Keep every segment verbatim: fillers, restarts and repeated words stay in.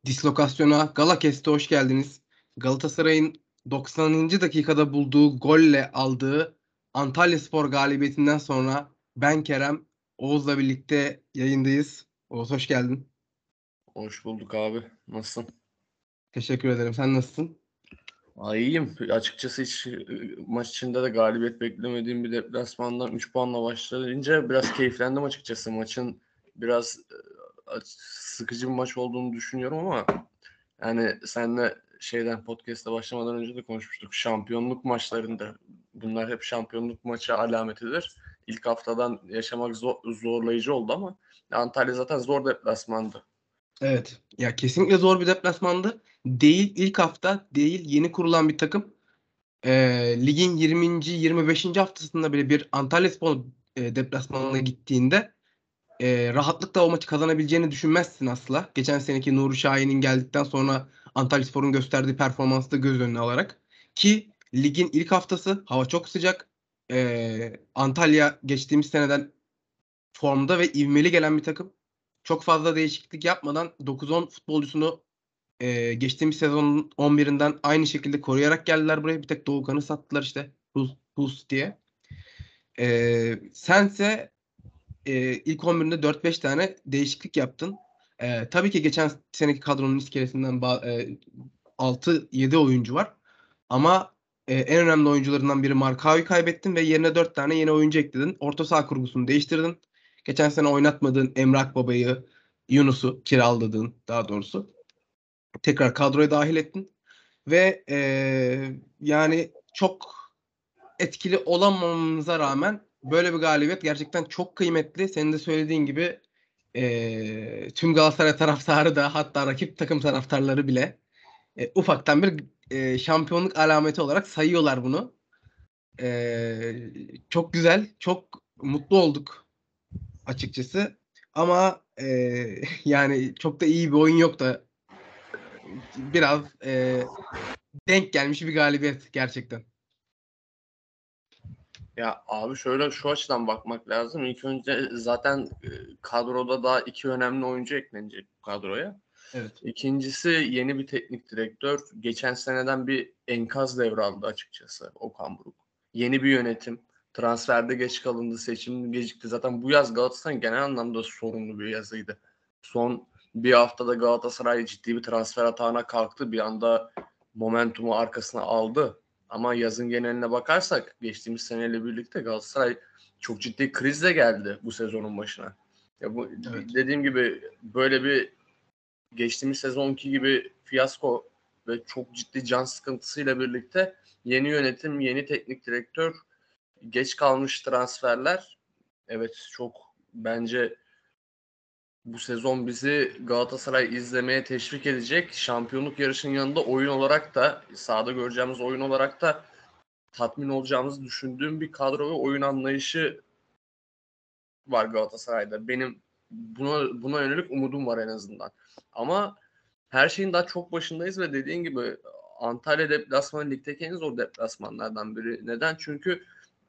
Dislokasyona Galakest'e hoş geldiniz. Galatasaray'ın doksanıncı dakikada bulduğu golle aldığı Antalyaspor galibiyetinden sonra ben Kerem, Oğuz'la birlikte yayındayız. Oğuz hoş geldin. Hoş bulduk abi. Nasılsın? Teşekkür ederim. Sen nasılsın? Aa, iyiyim. Açıkçası hiç e, maç içinde de galibiyet beklemediğim bir deplasmandan üç puanla başlayınca biraz keyiflendim açıkçası. Maçın biraz e, sıkıcı bir maç olduğunu düşünüyorum ama yani seninle şeyden podcast'a başlamadan önce de konuşmuştuk. Şampiyonluk maçlarında bunlar hep şampiyonluk maçı alametidir. İlk haftadan yaşamak zor, zorlayıcı oldu ama Antalya zaten zor deplasmandı. Evet. Ya kesinlikle zor bir deplasmandı. Değil ilk hafta, değil yeni kurulan bir takım. Ee, ligin yirminci yirmi beşinci haftasında bile bir Antalyaspor e, deplasmanına gittiğinde e, rahatlıkla o maçı kazanabileceğini düşünmezsin asla. Geçen seneki Nuri Şahin'in geldikten sonra Antalyaspor'un gösterdiği performansı da göz önüne alarak. Ki ligin ilk haftası hava çok sıcak. E, Antalya geçtiğimiz seneden formda ve ivmeli gelen bir takım. Çok fazla değişiklik yapmadan dokuz on futbolcusunu e, geçtiğimiz sezonun on birinden aynı şekilde koruyarak geldiler buraya. Bir tek Doğukan'ı sattılar işte. Hus, Hus diye. E, sense e, ilk on birinde dört beş tane değişiklik yaptın. E, tabii ki geçen seneki kadronun iskelesinden ba- e, altı yedi oyuncu var. Ama e, en önemli oyuncularından biri Markao'yu kaybettin ve yerine dört tane yeni oyuncu ekledin. Orta saha kurgusunu değiştirdin. Geçen sene oynatmadığın Emre Akbaba'yı, Yunus'u kiraladığın daha doğrusu. Tekrar kadroya dahil ettin. Ve e, yani çok etkili olamamamıza rağmen böyle bir galibiyet gerçekten çok kıymetli. Senin de söylediğin gibi e, tüm Galatasaray taraftarı da hatta rakip takım taraftarları bile e, ufaktan bir e, şampiyonluk alameti olarak sayıyorlar bunu. E, çok güzel, çok mutlu olduk açıkçası. Ama e, yani çok da iyi bir oyun yok da biraz e, denk gelmiş bir galibiyet gerçekten. Ya abi şöyle şu açıdan bakmak lazım. İlk önce zaten e, kadroda daha iki önemli oyuncu eklenecek bu kadroya. Evet. İkincisi yeni bir teknik direktör. Geçen seneden bir enkaz devraldı açıkçası Okan Buruk. Yeni bir yönetim. Transferde geç kalındı, seçim gecikti. Zaten bu yaz Galatasaray'ın genel anlamda sorunlu bir yazıydı. Son bir haftada Galatasaray ciddi bir transfer hatağına kalktı. Bir anda momentumu arkasına aldı. Ama yazın geneline bakarsak geçtiğimiz seneyle birlikte Galatasaray çok ciddi krizle geldi bu sezonun başına. Ya bu Evet. dediğim gibi böyle bir geçtiğimiz sezonki gibi fiyasko ve çok ciddi can sıkıntısıyla birlikte yeni yönetim, yeni teknik direktör, geç kalmış transferler. Evet çok bence bu sezon bizi Galatasaray izlemeye teşvik edecek. Şampiyonluk yarışının yanında oyun olarak da sahada göreceğimiz oyun olarak da tatmin olacağımızı düşündüğüm bir kadro ve oyun anlayışı var Galatasaray'da. Benim buna buna yönelik umudum var en azından. Ama her şeyin daha çok başındayız ve dediğin gibi Antalya deplasmanı ligdeki en zor deplasmanlardan biri. Neden? Çünkü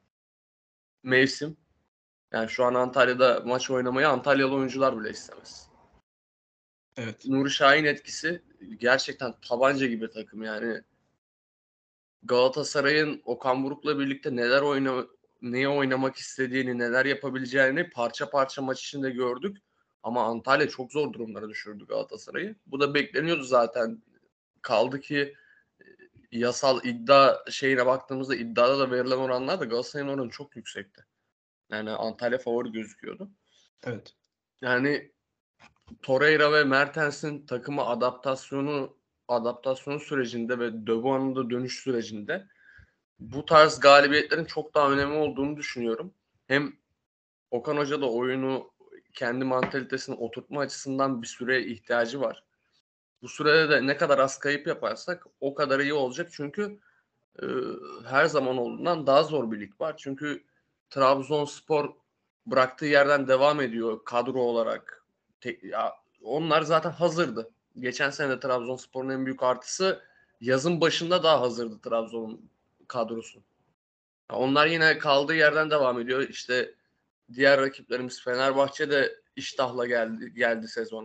mevsim. Yani şu an Antalya'da maç oynamayı Antalyalı oyuncular bile istemez. Evet. Nuri Şahin etkisi gerçekten tabanca gibi takım yani. Galatasaray'ın Okan Buruk'la birlikte neler oyna neye oynamak istediğini, neler yapabileceğini parça parça maç içinde gördük. Ama Antalya çok zor durumlara düşürdü Galatasaray'ı. Bu da bekleniyordu zaten. Kaldı ki e, yasal iddia şeyine baktığımızda iddiada da verilen oranlar da Galatasaray'ın oranı çok yüksekti. Yani Antalya favori gözüküyordu. Evet. Yani Torreira ve Mertens'in takıma adaptasyonu adaptasyon sürecinde ve De Boer'ın da dönüş sürecinde bu tarz galibiyetlerin çok daha önemli olduğunu düşünüyorum. Hem Okan Hoca da oyunu kendi mantalitesine oturtma açısından bir süreye ihtiyacı var. Bu sürede de ne kadar az kayıp yaparsak o kadar iyi olacak. Çünkü e, her zaman olduğundan daha zor bir lig var. Çünkü Trabzonspor bıraktığı yerden devam ediyor kadro olarak. Te- ya, onlar zaten hazırdı. Geçen sene de Trabzonspor'un en büyük artısı yazın başında daha hazırdı Trabzon'un kadrosu. Onlar yine kaldığı yerden devam ediyor. İşte diğer rakiplerimiz Fenerbahçe de iştahla geldi geldi sezona.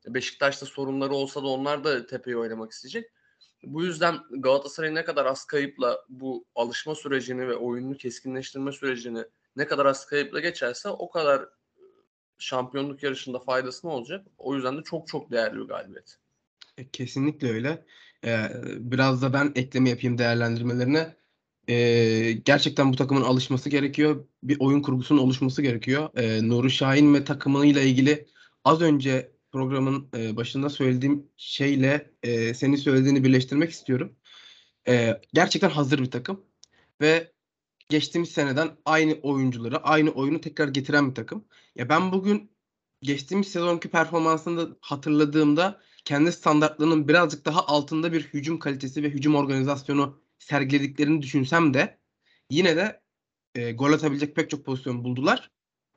Beşiktaş'ta sorunları olsa da onlar da tepeye oynamak isteyecek. Bu yüzden Galatasaray ne kadar az kayıpla bu alışma sürecini ve oyununu keskinleştirme sürecini ne kadar az kayıpla geçerse o kadar şampiyonluk yarışında faydası ne olacak? O yüzden de çok çok değerli bir galibiyet. E, kesinlikle öyle. Ee, biraz da ben ekleme yapayım değerlendirmelerine. Ee, gerçekten bu takımın alışması gerekiyor. Bir oyun kurgusunun oluşması gerekiyor. Ee, Nuri Şahin ve takımıyla ilgili az önce programın e, başında söylediğim şeyle e, senin söylediğini birleştirmek istiyorum. Ee, gerçekten hazır bir takım ve geçtiğimiz seneden aynı oyuncuları, aynı oyunu tekrar getiren bir takım. Ya ben bugün geçtiğimiz sezonki performansını da hatırladığımda kendi standartlarının birazcık daha altında bir hücum kalitesi ve hücum organizasyonu sergilediklerini düşünsem de yine de e, gol atabilecek pek çok pozisyon buldular.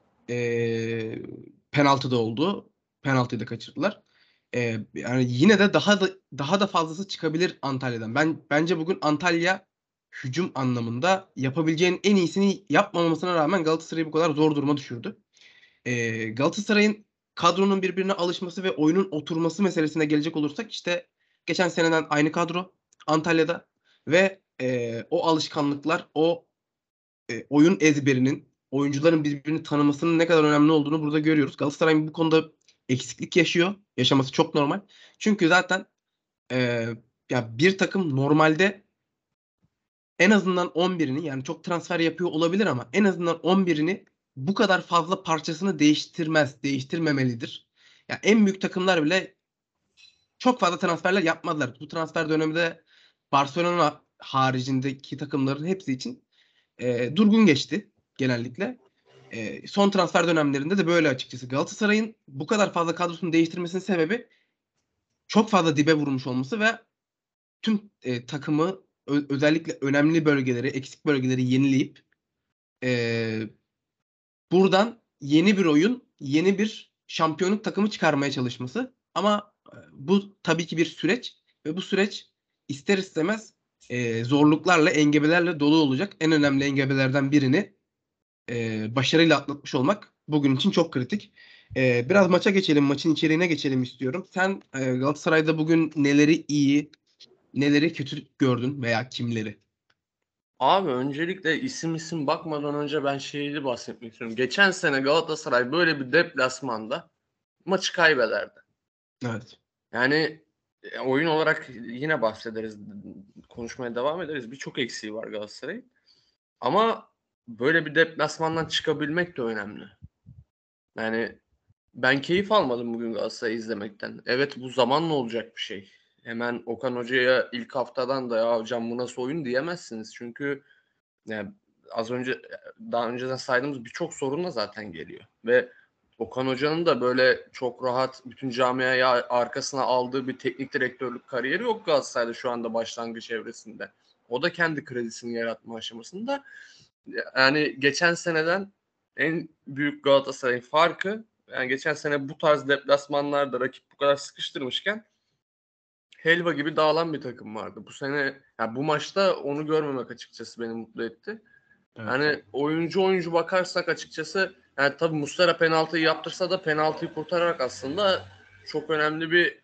E, penaltı da oldu. Penaltıyı da kaçırdılar. E, yani yine de daha da daha da fazlası çıkabilir Antalya'dan. Ben bence bugün Antalya hücum anlamında yapabileceğin en iyisini yapmamasına rağmen Galatasaray'ı bu kadar zor duruma düşürdü. E, Galatasaray'ın kadronun birbirine alışması ve oyunun oturması meselesine gelecek olursak işte geçen seneden aynı kadro Antalya'da ve e, o alışkanlıklar, o e, oyun ezberinin, oyuncuların birbirini tanımasının ne kadar önemli olduğunu burada görüyoruz. Galatasaray bu konuda eksiklik yaşıyor. Yaşaması çok normal. Çünkü zaten e, ya bir takım normalde en azından on birini, yani çok transfer yapıyor olabilir ama en azından on birini bu kadar fazla parçasını değiştirmez, değiştirmemelidir. Ya en büyük takımlar bile çok fazla transferler yapmadılar. Bu transfer döneminde Barcelona haricindeki takımların hepsi için e, durgun geçti genellikle. E, son transfer dönemlerinde de böyle açıkçası. Galatasaray'ın bu kadar fazla kadrosunu değiştirmesinin sebebi çok fazla dibe vurmuş olması ve tüm e, takımı ö- özellikle önemli bölgeleri, eksik bölgeleri yenileyip e, buradan yeni bir oyun, yeni bir şampiyonluk takımı çıkarmaya çalışması. Ama e, bu tabii ki bir süreç ve bu süreç ister istemez e, zorluklarla, engebelerle dolu olacak. En önemli engebelerden birini e, başarıyla atlatmış olmak bugün için çok kritik. E, biraz maça geçelim, maçın içeriğine geçelim istiyorum. Sen e, Galatasaray'da bugün neleri iyi, neleri kötü gördün veya kimleri? Abi öncelikle isim isim bakmadan önce ben şeyi bahsetmek istiyorum. Geçen sene Galatasaray böyle bir deplasmanda maçı kaybederdi. Evet. Yani e, oyun olarak yine bahsederiz, konuşmaya devam ederiz. Birçok eksiği var Galatasaray'ın. Ama böyle bir deplasmandan çıkabilmek de önemli. Yani ben keyif almadım bugün Galatasaray'ı izlemekten. Evet, bu zamanla olacak bir şey. Hemen Okan Hoca'ya ilk haftadan da ya hocam bu nasıl oyun diyemezsiniz. Çünkü yani az önce daha önceden saydığımız birçok sorunla zaten geliyor. Ve Okan Hoca'nın da böyle çok rahat bütün camiaya arkasına aldığı bir teknik direktörlük kariyeri yok Galatasaray'da şu anda başlangıç evresinde. O da kendi kredisini yaratma aşamasında. Yani geçen seneden en büyük Galatasaray'ın farkı, yani geçen sene bu tarz deplasmanlarda rakip bu kadar sıkıştırmışken helva gibi dağılan bir takım vardı. Bu sene yani bu maçta onu görmemek açıkçası beni mutlu etti. Evet. Yani oyuncu oyuncu bakarsak açıkçası yani tabii Muslera penaltıyı yaptırsa da penaltıyı kurtararak aslında çok önemli bir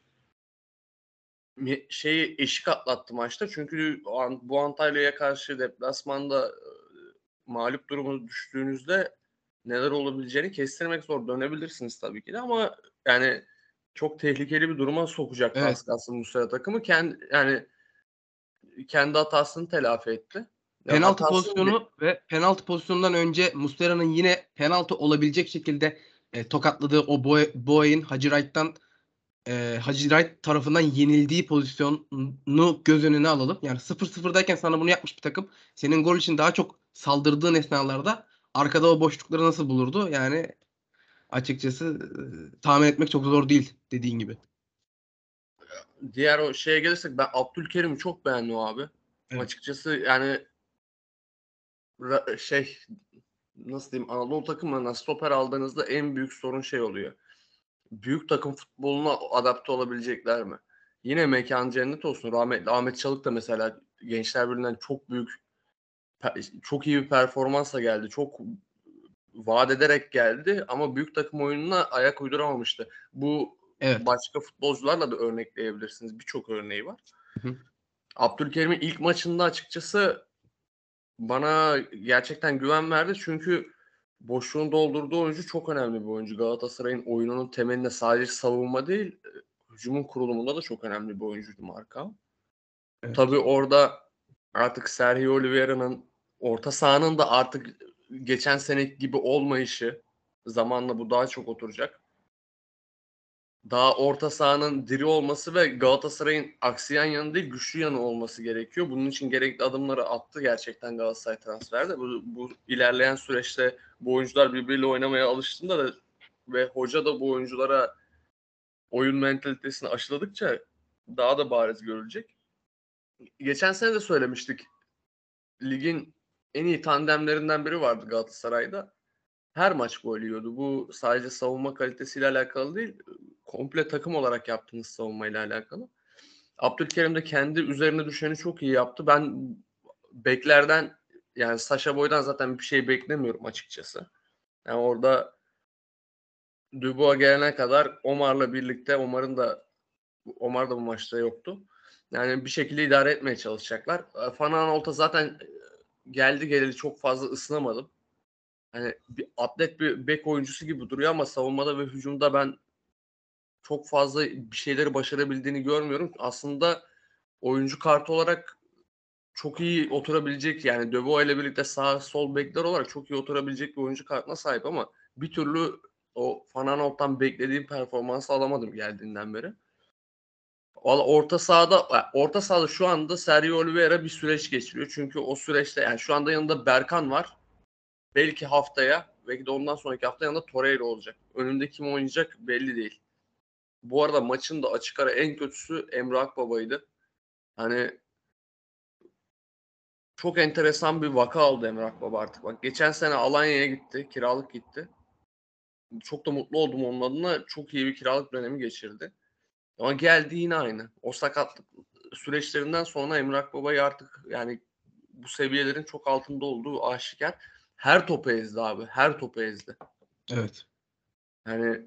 şeyi eşik atlattı maçta. Çünkü bu Antalya'ya karşı deplasmanda e, mağlup duruma düştüğünüzde neler olabileceğini kestirmek zor. Dönebilirsiniz tabii ki de ama yani çok tehlikeli bir duruma sokacaktı Evet. az kalsın Muslera takımı. Kendi, yani kendi hatasını telafi etti. Ya Penaltı hatasını de, pozisyonu ve penaltı pozisyonundan önce Muslera'nın yine penaltı olabilecek şekilde e, tokatladığı o Boy- Boy'un Hacı Wright'tan e, Hacı Wright tarafından yenildiği pozisyonu göz önüne alalım. Yani sıfır sıfırdayken sana bunu yapmış bir takım senin gol için daha çok saldırdığın esnalarda arkada o boşlukları nasıl bulurdu? Yani açıkçası e, tahmin etmek çok zor değil dediğin gibi. diğer o şeye gelirsek ben Abdülkerim'i çok beğendim abi. Evet. Açıkçası yani ra- şey nasıl diyeyim, Anadolu takımlarına stoper aldığınızda en büyük sorun şey oluyor. Büyük takım futboluna adapte olabilecekler mi? Yine mekan cennet olsun. Rahmetli Ahmet Çalık da mesela Gençler Birliği'nden çok büyük, çok iyi bir performansla geldi. Çok vaat ederek geldi ama büyük takım oyununa ayak uyduramamıştı. Bu Evet. Başka futbolcularla da örnekleyebilirsiniz. Birçok örneği var. Hı hı. Abdülkerim'in ilk maçında açıkçası bana gerçekten güven verdi. Çünkü boşluğunu doldurduğu oyuncu çok önemli bir oyuncu. Galatasaray'ın oyununun temelinde sadece savunma değil, hücumun kurulumunda da çok önemli bir oyuncuydu Marka. Evet. Tabii orada artık Sergio Oliveira'nın orta sahanın da artık geçen seneki gibi olmayışı, zamanla bu daha çok oturacak. Daha orta sahanın diri olması ve Galatasaray'ın aksiyen yanı değil güçlü yanı olması gerekiyor. Bunun için gerekli adımları attı gerçekten Galatasaray transferde. Bu, bu ilerleyen süreçte bu oyuncular birbiriyle oynamaya alıştığında da ve hoca da bu oyunculara oyun mentalitesini aşıladıkça daha da bariz görülecek. Geçen sene de söylemiştik. Ligin en iyi tandemlerinden biri vardı Galatasaray'da. Her maç gol yiyordu. Bu sadece savunma kalitesiyle alakalı değil, komple takım olarak yaptığınız savunmayla alakalı. Abdülkerim de kendi üzerine düşeni çok iyi yaptı. Ben beklerden yani Sacha Boy'dan zaten bir şey beklemiyorum açıkçası. Yani orada Dubois gelene kadar Omar'la birlikte Omar'ın da Omar da bu maçta yoktu. Yani bir şekilde idare etmeye çalışacaklar. Fanahan Olta zaten geldi geleli çok fazla ısınamadım. Hani bir atlet bir bek oyuncusu gibi duruyor ama savunmada ve hücumda ben çok fazla bir şeyleri başarabildiğini görmüyorum. Aslında oyuncu kartı olarak çok iyi oturabilecek yani Döbo ile birlikte sağ sol bekler olarak çok iyi oturabilecek bir oyuncu kartına sahip ama bir türlü o Fananov'dan beklediğim performansı alamadım geldiğinden beri. Valla orta sahada orta sahada şu anda Sergio Oliveira bir süreç geçiriyor. Çünkü o süreçte yani şu anda yanında Berkan var. Belki haftaya belki de ondan sonraki hafta yanında Torreira olacak. Önünde kim oynayacak belli değil. Bu arada maçın da açık ara en kötüsü Emre Akbaba'ydı. Hani çok enteresan bir vaka aldı Emre Akbaba artık. Bak geçen sene Alanya'ya gitti. Kiralık gitti. Çok da mutlu oldum onun adına. Çok iyi bir kiralık dönemi geçirdi. Ama geldi yine aynı. O sakatlık süreçlerinden sonra Emre Akbaba'yı artık yani bu seviyelerin çok altında olduğu aşikar. Her topu ezdi abi. Her topu ezdi. Evet. Yani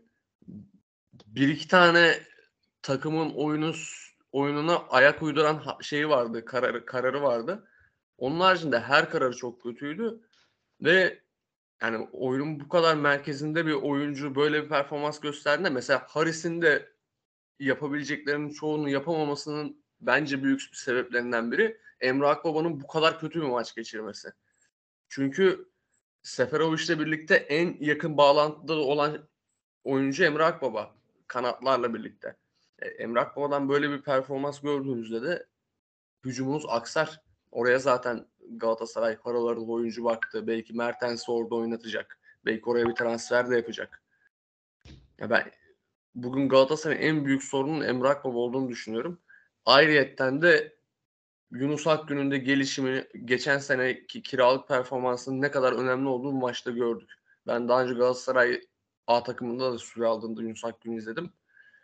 bir iki tane takımın oyunu oyununa ayak uyduran şeyi vardı. Kararı, kararı vardı. Onun haricinde her kararı çok kötüydü. Ve yani oyunun bu kadar merkezinde bir oyuncu böyle bir performans gösterdiğinde mesela Harris'in de yapabileceklerinin çoğunu yapamamasının bence büyük bir sebeplerinden biri Emre Akbaba'nın bu kadar kötü bir maç geçirmesi. Çünkü Seferovic'le birlikte en yakın bağlantıda olan oyuncu Emre Akbaba kanatlarla birlikte. E, Emre Akbaba'dan böyle bir performans gördüğünüzde de hücumunuz aksar. Oraya zaten Galatasaray paralarla oyuncu baktı. Belki Mertens'i orada oynatacak. Belki oraya bir transfer de yapacak. Ya ben bugün Galatasaray'ın en büyük sorunun Emre Akbaba olduğunu düşünüyorum. Ayrıyetten de Yunus Akgün'ün de gelişimi geçen seneki kiralık performansının ne kadar önemli olduğunu bu maçta gördük. Ben daha önce Galatasaray A takımında da süre aldığında Yunus Akgün'ü izledim.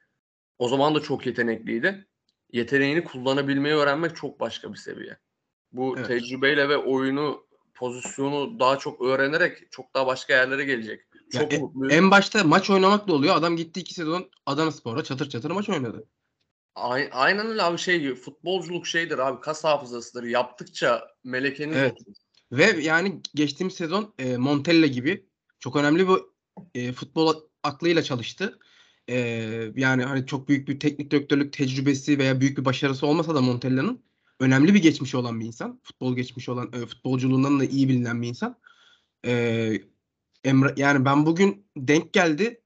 O zaman da çok yetenekliydi. Yeteneğini kullanabilmeyi öğrenmek çok başka bir seviye. Bu Evet. tecrübeyle ve oyunu, pozisyonu daha çok öğrenerek çok daha başka yerlere gelecek. Ya Çok e, mutluyum. en başta maç oynamak da oluyor. Adam gitti iki sezon Adanaspor'da çatır çatır maç oynadı. A- aynen öyle abi şey futbolculuk şeydir abi kas hafızasıdır. Yaptıkça melekeniz Evet. oturur. Ve yani geçtiğimiz sezon e, Montella gibi çok önemli bir e, futbol aklıyla çalıştı. E, yani hani çok büyük bir teknik direktörlük tecrübesi veya büyük bir başarısı olmasa da Montella'nın önemli bir geçmişi olan bir insan. Futbol geçmişi olan, e, futbolculuğundan da iyi bilinen bir insan. E, Emre, yani ben bugün denk geldi.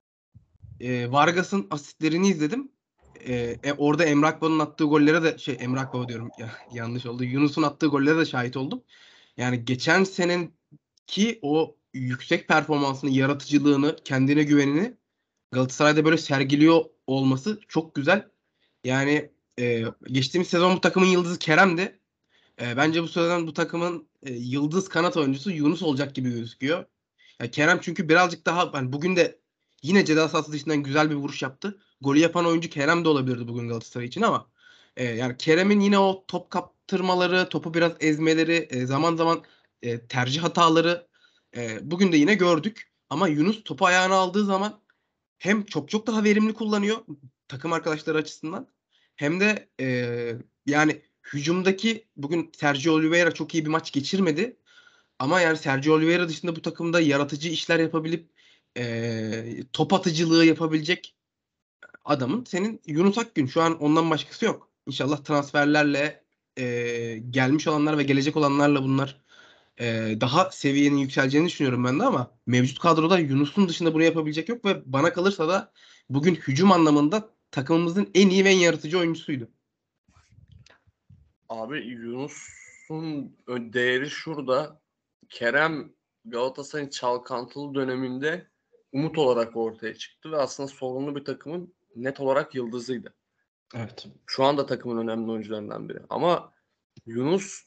E, Vargas'ın asistlerini izledim. E, e, orada Emre Akbaba'nın attığı gollere de şey Emre Akbaba diyorum ya, yanlış oldu. Yunus'un attığı gollere de şahit oldum. Yani geçen seneki o yüksek performansını, yaratıcılığını, kendine güvenini Galatasaray'da böyle sergiliyor olması çok güzel. Yani e, geçtiğimiz sezon bu takımın yıldızı Kerem'di. E, bence bu sezon bu takımın e, yıldız kanat oyuncusu Yunus olacak gibi gözüküyor. Ya Kerem çünkü birazcık daha hani bugün de yine ceza sahası dışından güzel bir vuruş yaptı. Golü yapan oyuncu Kerem de olabilirdi bugün Galatasaray için ama e, yani Kerem'in yine o top kaptırmaları, topu biraz ezmeleri, e, zaman zaman e, tercih hataları e, bugün de yine gördük. Ama Yunus topu ayağına aldığı zaman hem çok çok daha verimli kullanıyor takım arkadaşları açısından hem de e, yani hücumdaki bugün Sergio Oliveira çok iyi bir maç geçirmedi. Ama yani Sergio Oliveira dışında bu takımda yaratıcı işler yapabilip e, top atıcılığı yapabilecek adamın senin Yunus Akgün. Şu an ondan başkası yok. İnşallah transferlerle e, gelmiş olanlar ve gelecek olanlarla bunlar e, daha seviyenin yükseleceğini düşünüyorum ben de ama mevcut kadroda Yunus'un dışında bunu yapabilecek yok ve bana kalırsa da bugün hücum anlamında takımımızın en iyi ve en yaratıcı oyuncusuydu. Abi Yunus'un değeri şurada. Kerem Galatasaray'ın çalkantılı döneminde umut olarak ortaya çıktı ve aslında sorunlu bir takımın net olarak yıldızıydı. Evet. Şu anda takımın önemli oyuncularından biri. Ama Yunus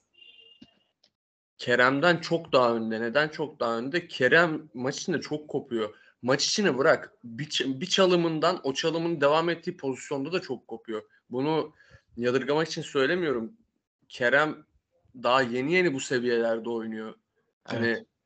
Kerem'den çok daha önde. Neden çok daha önde? Kerem maç içinde çok kopuyor. Maç içini bırak. Bir, bir çalımından o çalımın devam ettiği pozisyonda da çok kopuyor. Bunu yadırgamak için söylemiyorum. Kerem daha yeni yeni bu seviyelerde oynuyor. Evet. Hani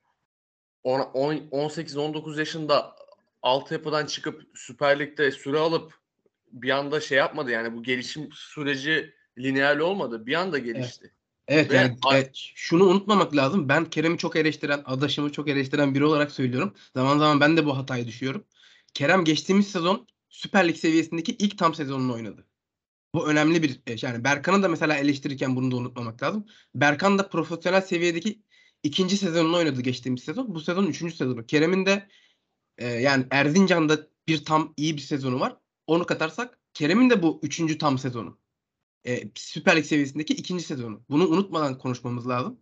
on sekiz on dokuz yaşında altyapıdan çıkıp Süper Lig'de süre alıp bir anda şey yapmadı, yani bu gelişim süreci lineer olmadı. Bir anda Evet. gelişti. Evet Ve yani e, şunu unutmamak lazım. Ben Kerem'i çok eleştiren, adaşımı çok eleştiren biri olarak söylüyorum. Zaman zaman ben de bu hataya düşüyorum. Kerem geçtiğimiz sezon Süper Lig seviyesindeki ilk tam sezonunu oynadı. Bu önemli bir e, yani Berkan'ı da mesela eleştirirken bunu da unutmamak lazım. Berkan da profesyonel seviyedeki ikinci sezonunu oynadı geçtiğimiz sezon. Bu sezon üçüncü sezonu. Kerem'in de e, yani Erzincan'da bir tam iyi bir sezonu var. Onu katarsak Kerem'in de bu üçüncü tam sezonu. E, Süper Lig seviyesindeki ikinci sezonu. Bunu unutmadan konuşmamız lazım.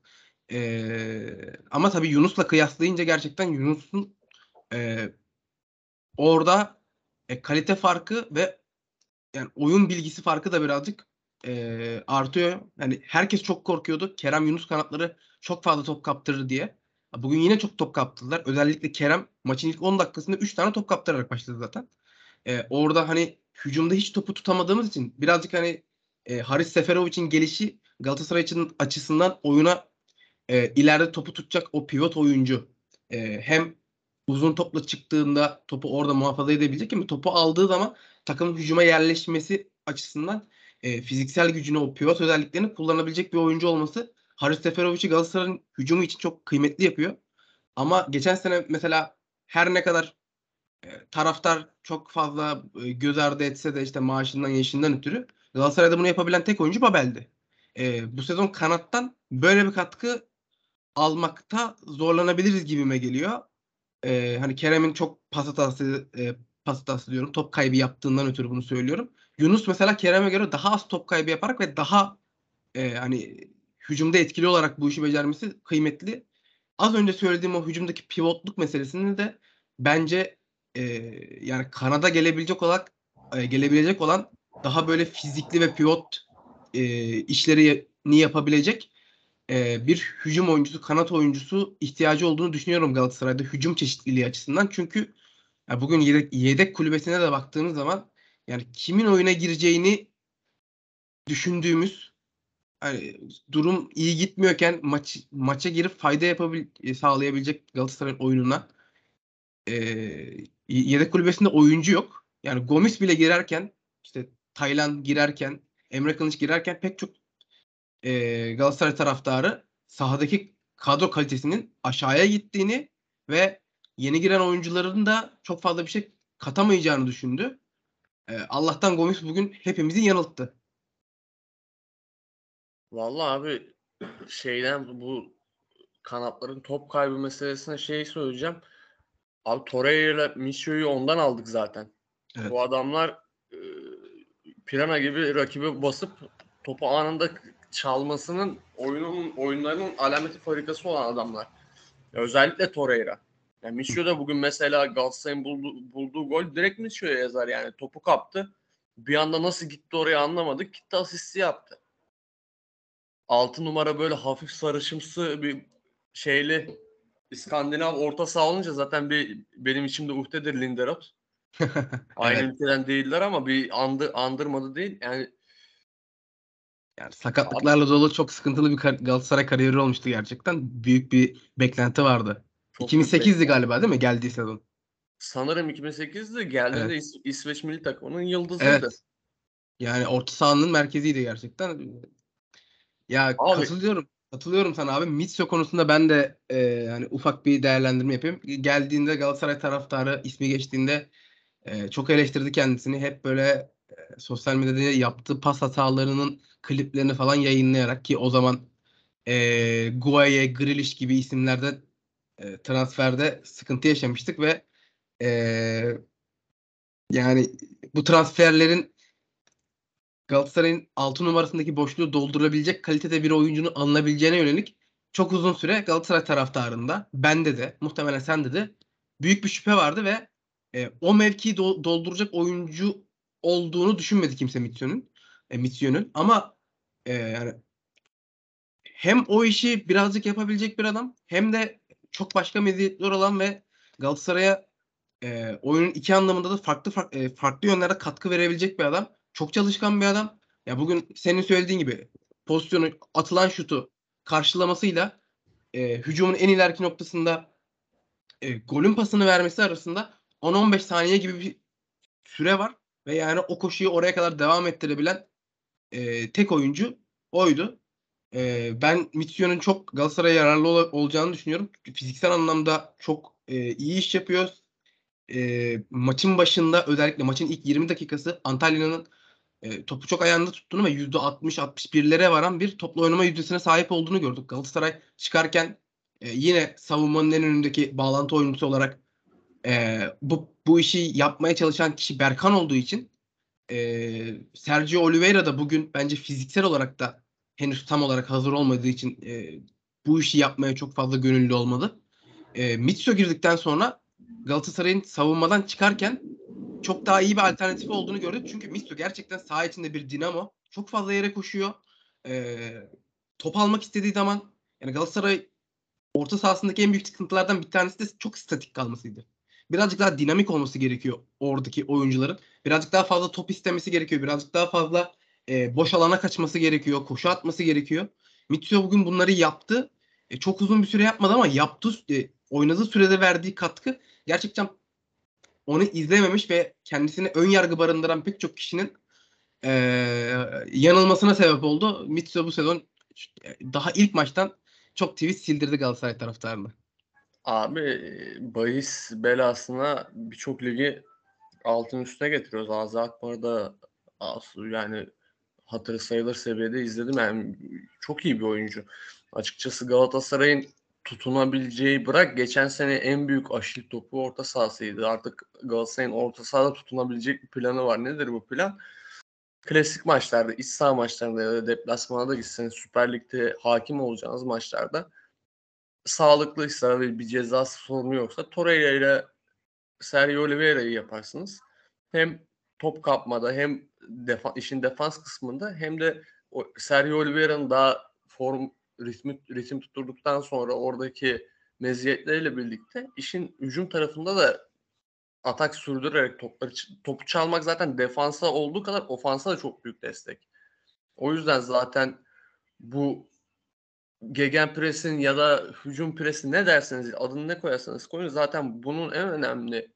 E, ama tabii Yunus'la kıyaslayınca gerçekten Yunus'un e, orada e, kalite farkı ve yani oyun bilgisi farkı da birazcık e, artıyor. Yani herkes çok korkuyordu. Kerem Yunus kanatları çok fazla top kaptırır diye. Bugün yine çok top kaptırdılar. Özellikle Kerem maçın ilk on dakikasında üç tane top kaptırarak başladı zaten. E, orada hani hücumda hiç topu tutamadığımız için birazcık hani e, Haris Seferovic'in gelişi Galatasaray için açısından oyuna e, ileride topu tutacak o pivot oyuncu. E, hem uzun topla çıktığında topu orada muhafaza edebilecek ama topu aldığı zaman takımın hücuma yerleşmesi açısından e, fiziksel gücünü, o pivot özelliklerini kullanabilecek bir oyuncu olması Haris Seferovic'i Galatasaray'ın hücumu için çok kıymetli yapıyor. Ama geçen sene mesela her ne kadar e, taraftar çok fazla e, göz ardı etse de işte maaşından yaşından ötürü Galatasaray'da bunu yapabilen tek oyuncu Babel'di. E, bu sezon kanattan böyle bir katkı almakta zorlanabiliriz gibime geliyor. Ee, hani Kerem'in çok pas hatası, e, pas hatası diyorum. Top kaybı yaptığından ötürü bunu söylüyorum. Yunus mesela Kerem'e göre daha az top kaybı yaparak ve daha e, hani hücumda etkili olarak bu işi becermesi kıymetli. Az önce söylediğim o hücumdaki pivotluk meselesini de bence e, yani kanada gelebilecek olarak e, gelebilecek olan daha böyle fizikli ve pivot e, işlerini yapabilecek e, bir hücum oyuncusu, kanat oyuncusu ihtiyacı olduğunu düşünüyorum Galatasaray'da hücum çeşitliliği açısından. Çünkü ya bugün yedek, yedek kulübesine de baktığımız zaman yani kimin oyuna gireceğini düşündüğümüz hani durum iyi gitmiyorken maç maça girip fayda yapabil sağlayabilecek Galatasaray'ın oyununa e, yedek kulübesinde oyuncu yok. Yani Gomis bile girerken işte Taylan girerken Emre Kılıç girerken pek çok e, Galatasaray taraftarı sahadaki kadro kalitesinin aşağıya gittiğini ve yeni giren oyuncuların da çok fazla bir şey katamayacağını düşündü. E, Allah'tan Gomis bugün hepimizi yanılttı. vallahi abi şeyden bu kanatların top kaybı meselesine şey söyleyeceğim. Abi Torreira ile Missio'yu ondan aldık zaten. Bu Evet. adamlar e, pirana gibi rakibi basıp topu anında çalmasının oyunun oyunlarının alameti farikası olan adamlar. Ya özellikle Torreira. Yani Misio da bugün mesela Galatasaray'ın bulduğu, bulduğu gol direkt Misio'ya yazar yani. Topu kaptı. Bir anda nasıl gitti oraya anlamadık. Gitti asisti yaptı. Altı numara böyle hafif sarışımsı bir şeyli İskandinav orta saha olunca zaten bir benim içimde uhdedir Lindelof. Aynı Evet. ülkeden değiller ama bir andı, andırmadı değil. Yani Yani abi sakatlıklarla dolu çok sıkıntılı bir kar- Galatasaray kariyeri olmuştu gerçekten. Büyük bir beklenti vardı. çok büyük iki bin sekizdi beklenti. galiba değil mi geldiği sezon? Sanırım iki bin sekizde geldiğinde Evet. İs- İsveç milli takımının yıldızıydı. Evet. Yani orta sahanın merkeziydi gerçekten. Ya Abi katılıyorum. Katılıyorum sana abi. Mitso konusunda ben de e, yani ufak bir değerlendirme yapayım. Geldiğinde Galatasaray taraftarı ismi geçtiğinde e, çok eleştirdi kendisini. Hep böyle e, sosyal medyada yaptığı pas hatalarının kliplerini falan yayınlayarak, ki o zaman e, Guaye, Grealish gibi isimlerden e, transferde sıkıntı yaşamıştık ve e, yani bu transferlerin Galatasaray'ın altı numarasındaki boşluğu doldurabilecek kalitede bir oyuncunun alınabileceğine yönelik çok uzun süre Galatasaray taraftarında, bende de, muhtemelen sende de büyük bir şüphe vardı ve e, o mevkiyi do- dolduracak oyuncu olduğunu düşünmedi kimse Mitsio'nun. E, Mitsio'nun ama e, yani hem o işi birazcık yapabilecek bir adam, hem de çok başka meziyetler olan ve Galatasaray'a e, oyunun iki anlamında da farklı farklı, e, farklı yönlerde katkı verebilecek bir adam. Çok çalışkan bir adam. Ya bugün senin söylediğin gibi pozisyonu, atılan şutu karşılamasıyla e, hücumun en ileriki noktasında e, golün pasını vermesi arasında on on beş saniye gibi bir süre var ve yani o koşuyu oraya kadar devam ettirebilen e, tek oyuncu oydu. E, ben Mitsio'nun çok Galatasaray'a yararlı ol- olacağını düşünüyorum. Fiziksel anlamda çok e, iyi iş yapıyor. E, maçın başında, özellikle maçın ilk yirmi dakikası, Antalya'nın e, topu çok ayağında tuttuğunu ve yüzde altmış altmış birlere varan bir toplu oynama yüzdesine sahip olduğunu gördük. Galatasaray çıkarken e, yine savunmanın en önündeki bağlantı oyuncusu olarak e, bu, bu işi yapmaya çalışan kişi Berkan olduğu için e, Sergio Oliveira da bugün bence fiziksel olarak da henüz tam olarak hazır olmadığı için e, bu işi yapmaya çok fazla gönüllü olmadı. E, Mitso girdikten sonra Galatasaray'ın savunmadan çıkarken çok daha iyi bir alternatif olduğunu gördük. Çünkü Mitso gerçekten saha içinde bir dinamo. Çok fazla yere koşuyor. E, top almak istediği zaman, yani Galatasaray orta sahasındaki en büyük sıkıntılardan bir tanesi de çok statik kalmasıydı. Birazcık daha dinamik olması gerekiyor oradaki oyuncuların. Birazcık daha fazla top istemesi gerekiyor. Birazcık daha fazla e, boş alana kaçması gerekiyor. Koşu atması gerekiyor. Mitchell bugün bunları yaptı. E, çok uzun bir süre yapmadı ama yaptığı, e, oynadığı sürede verdiği katkı gerçekten onu izlememiş ve kendisine ön yargı barındıran pek çok kişinin e, yanılmasına sebep oldu. Mitchell bu sezon daha ilk maçtan çok tweet sildirdi Galatasaray taraftarını. abi e, bahis belasına birçok ligi altın üstüne getiriyoruz. Azi Akbar'da Asu yani hatırı sayılır seviyede izledim. Yani çok iyi bir oyuncu. Açıkçası Galatasaray'ın tutunabileceği, bırak geçen sene en büyük aşil topu orta sahasıydı. Artık Galatasaray'ın orta sahada tutunabilecek bir planı var. Nedir bu plan? Klasik maçlarda, iç saha maçlarında ya da deplasmana da gitseniz Süper Lig'de hakim olacağınız maçlarda sağlıklıysa ve bir cezası sorunu yoksa Torreira ile Sergio Oliveira'yı yaparsınız. Hem top kapmada hem defa, işin defans kısmında hem de o Sergio Oliveira'nın daha form ritmi, ritim tutturduktan sonra oradaki meziyetleriyle birlikte işin hücum tarafında da atak sürdürerek topları topu çalmak zaten defansa olduğu kadar ofansa da çok büyük destek. O yüzden zaten bu gegenpress'in ya da hücum presi ne derseniz adını ne koyarsanız koyun zaten bunun en önemli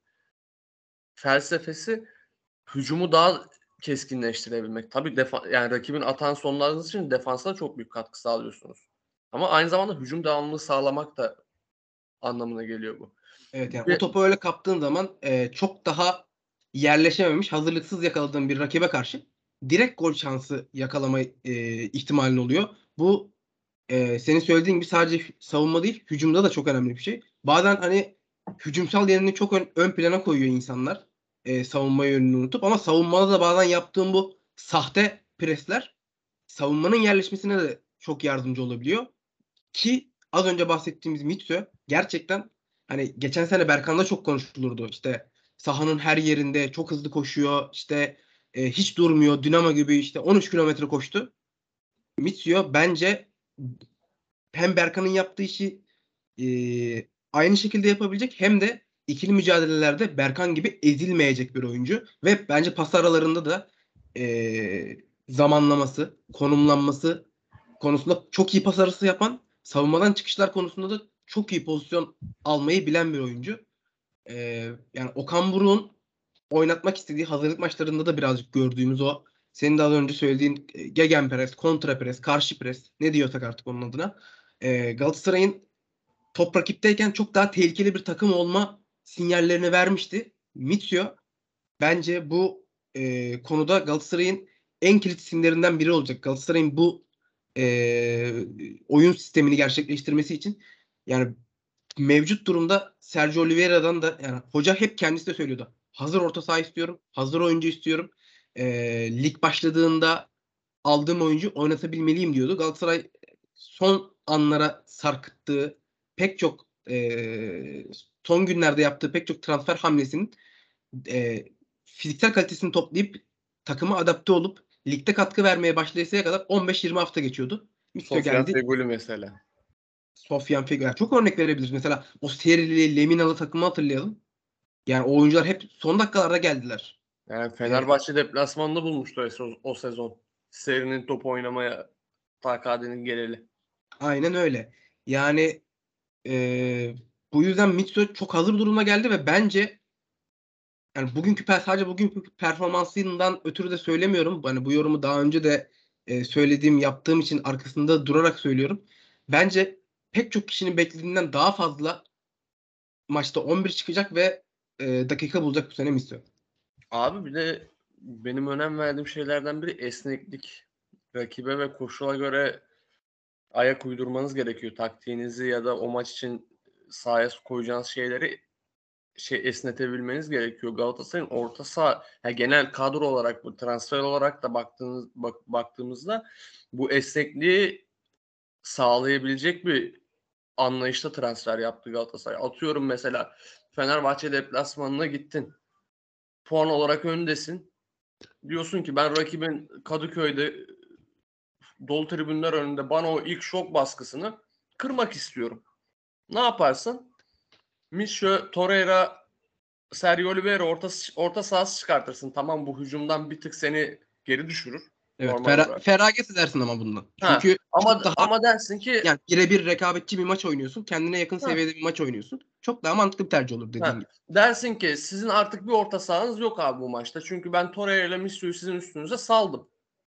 felsefesi hücumu daha keskinleştirebilmek. Tabii defa yani rakibin atan sonlarınız için defansa çok büyük katkı sağlıyorsunuz. Ama aynı zamanda hücum devamlılığı sağlamak da anlamına geliyor bu. Evet, yani o Ve topu öyle kaptığın zaman e, çok daha yerleşememiş, hazırlıksız yakaladığın bir rakibe karşı direkt gol şansı yakalama e, ihtimalin oluyor. Bu e, senin söylediğin gibi sadece savunma değil, hücumda da çok önemli bir şey. Bazen hani hücumsal yerini çok ön, ön plana koyuyor insanlar. E, savunma yönünü unutup, ama savunmada da bazen yaptığım bu sahte presler savunmanın yerleşmesine de çok yardımcı olabiliyor. Ki az önce bahsettiğimiz Mitsu gerçekten, hani geçen sene Berkan'da çok konuşulurdu. İşte sahanın her yerinde çok hızlı koşuyor. İşte e, hiç durmuyor. Dinamo gibi işte on üç kilometre koştu. Mitsu bence hem Berkan'ın yaptığı işi e, aynı şekilde yapabilecek, hem de ikili mücadelelerde Berkan gibi ezilmeyecek bir oyuncu. Ve bence pas aralarında da e, zamanlaması, konumlanması konusunda çok iyi pas arası yapan, savunmadan çıkışlar konusunda da çok iyi pozisyon almayı bilen bir oyuncu. e, yani Okan Buruk'un oynatmak istediği hazırlık maçlarında da birazcık gördüğümüz o senin de az önce söylediğin e, gegenpress, kontrapres, karşı pres ne diyorsak artık onun adına. E, Galatasaray'ın top rakipteyken çok daha tehlikeli bir takım olma sinyallerini vermişti. Mitsio bence bu e, konuda Galatasaray'ın en kilit isimlerinden biri olacak. Galatasaray'ın bu e, oyun sistemini gerçekleştirmesi için yani mevcut durumda Sergio Oliveira'dan da yani hoca hep kendisi de söylüyordu. Hazır orta saha istiyorum. Hazır oyuncu istiyorum. E, lig başladığında aldığım oyuncu oynatabilmeliyim diyordu. Galatasaray son anlara sarkıttığı pek çok e, son günlerde yaptığı pek çok transfer hamlesinin e, fiziksel kalitesini toplayıp takıma adapte olup ligde katkı vermeye başlayasıya kadar on beş yirmi hafta geçiyordu. Mitchell Sofyan geldi. Feguli mesela. Sofyan Fegül. Yani çok örnek verebiliriz. Mesela o serili Leminalı takımı hatırlayalım. Yani o oyuncular hep son dakikalarda geldiler. Yani Ee, Fenerbahçe deplasmanında bulmuştu o, o sezon. Serinin top oynamaya takadinin geleli. aynen öyle. Yani e, bu yüzden Mitchell çok hazır duruma geldi ve bence yani bugünkü per- sadece bugünkü performansından ötürü de söylemiyorum. Hani bu yorumu daha önce de e, söylediğim, yaptığım için arkasında durarak söylüyorum. Bence pek çok kişinin beklediğinden daha fazla maçta on bir çıkacak ve e, dakika bulacak bu sene Mitchell. Abi bir de benim önem verdiğim şeylerden biri esneklik. Rakibe ve koşula göre ayak uydurmanız gerekiyor. Taktiğinizi ya da o maç için sahaya koyacağınız şeyleri şey esnetebilmeniz gerekiyor. Galatasaray'ın orta saha yani genel kadro olarak bu transfer olarak da baktığınız bak, baktığımızda bu esnekliği sağlayabilecek bir anlayışta transfer yaptı Galatasaray. Atıyorum mesela Fenerbahçe deplasmanına gittin. Puan olarak öndesin. Diyorsun ki ben rakibin Kadıköy'de dolu tribünler önünde bana o ilk şok baskısını kırmak istiyorum. Ne yaparsın? Misho, Torreira, Sergio Oliveira orta, orta sahası çıkartırsın. Tamam bu hücumdan bir tık seni geri düşürür Evet, normal fera- olarak. feragat edersin ama bundan. Ha, Çünkü çok ama daha ama dersin ki yani birebir rekabetçi bir maç oynuyorsun. Kendine yakın ha, seviyede bir maç oynuyorsun. Çok daha mantıklı bir tercih olur dediğin ha, gibi. dersin ki sizin artık bir orta sahanız yok abi bu maçta. Çünkü ben Torreira ile Missio'yu sizin üstünüze saldım.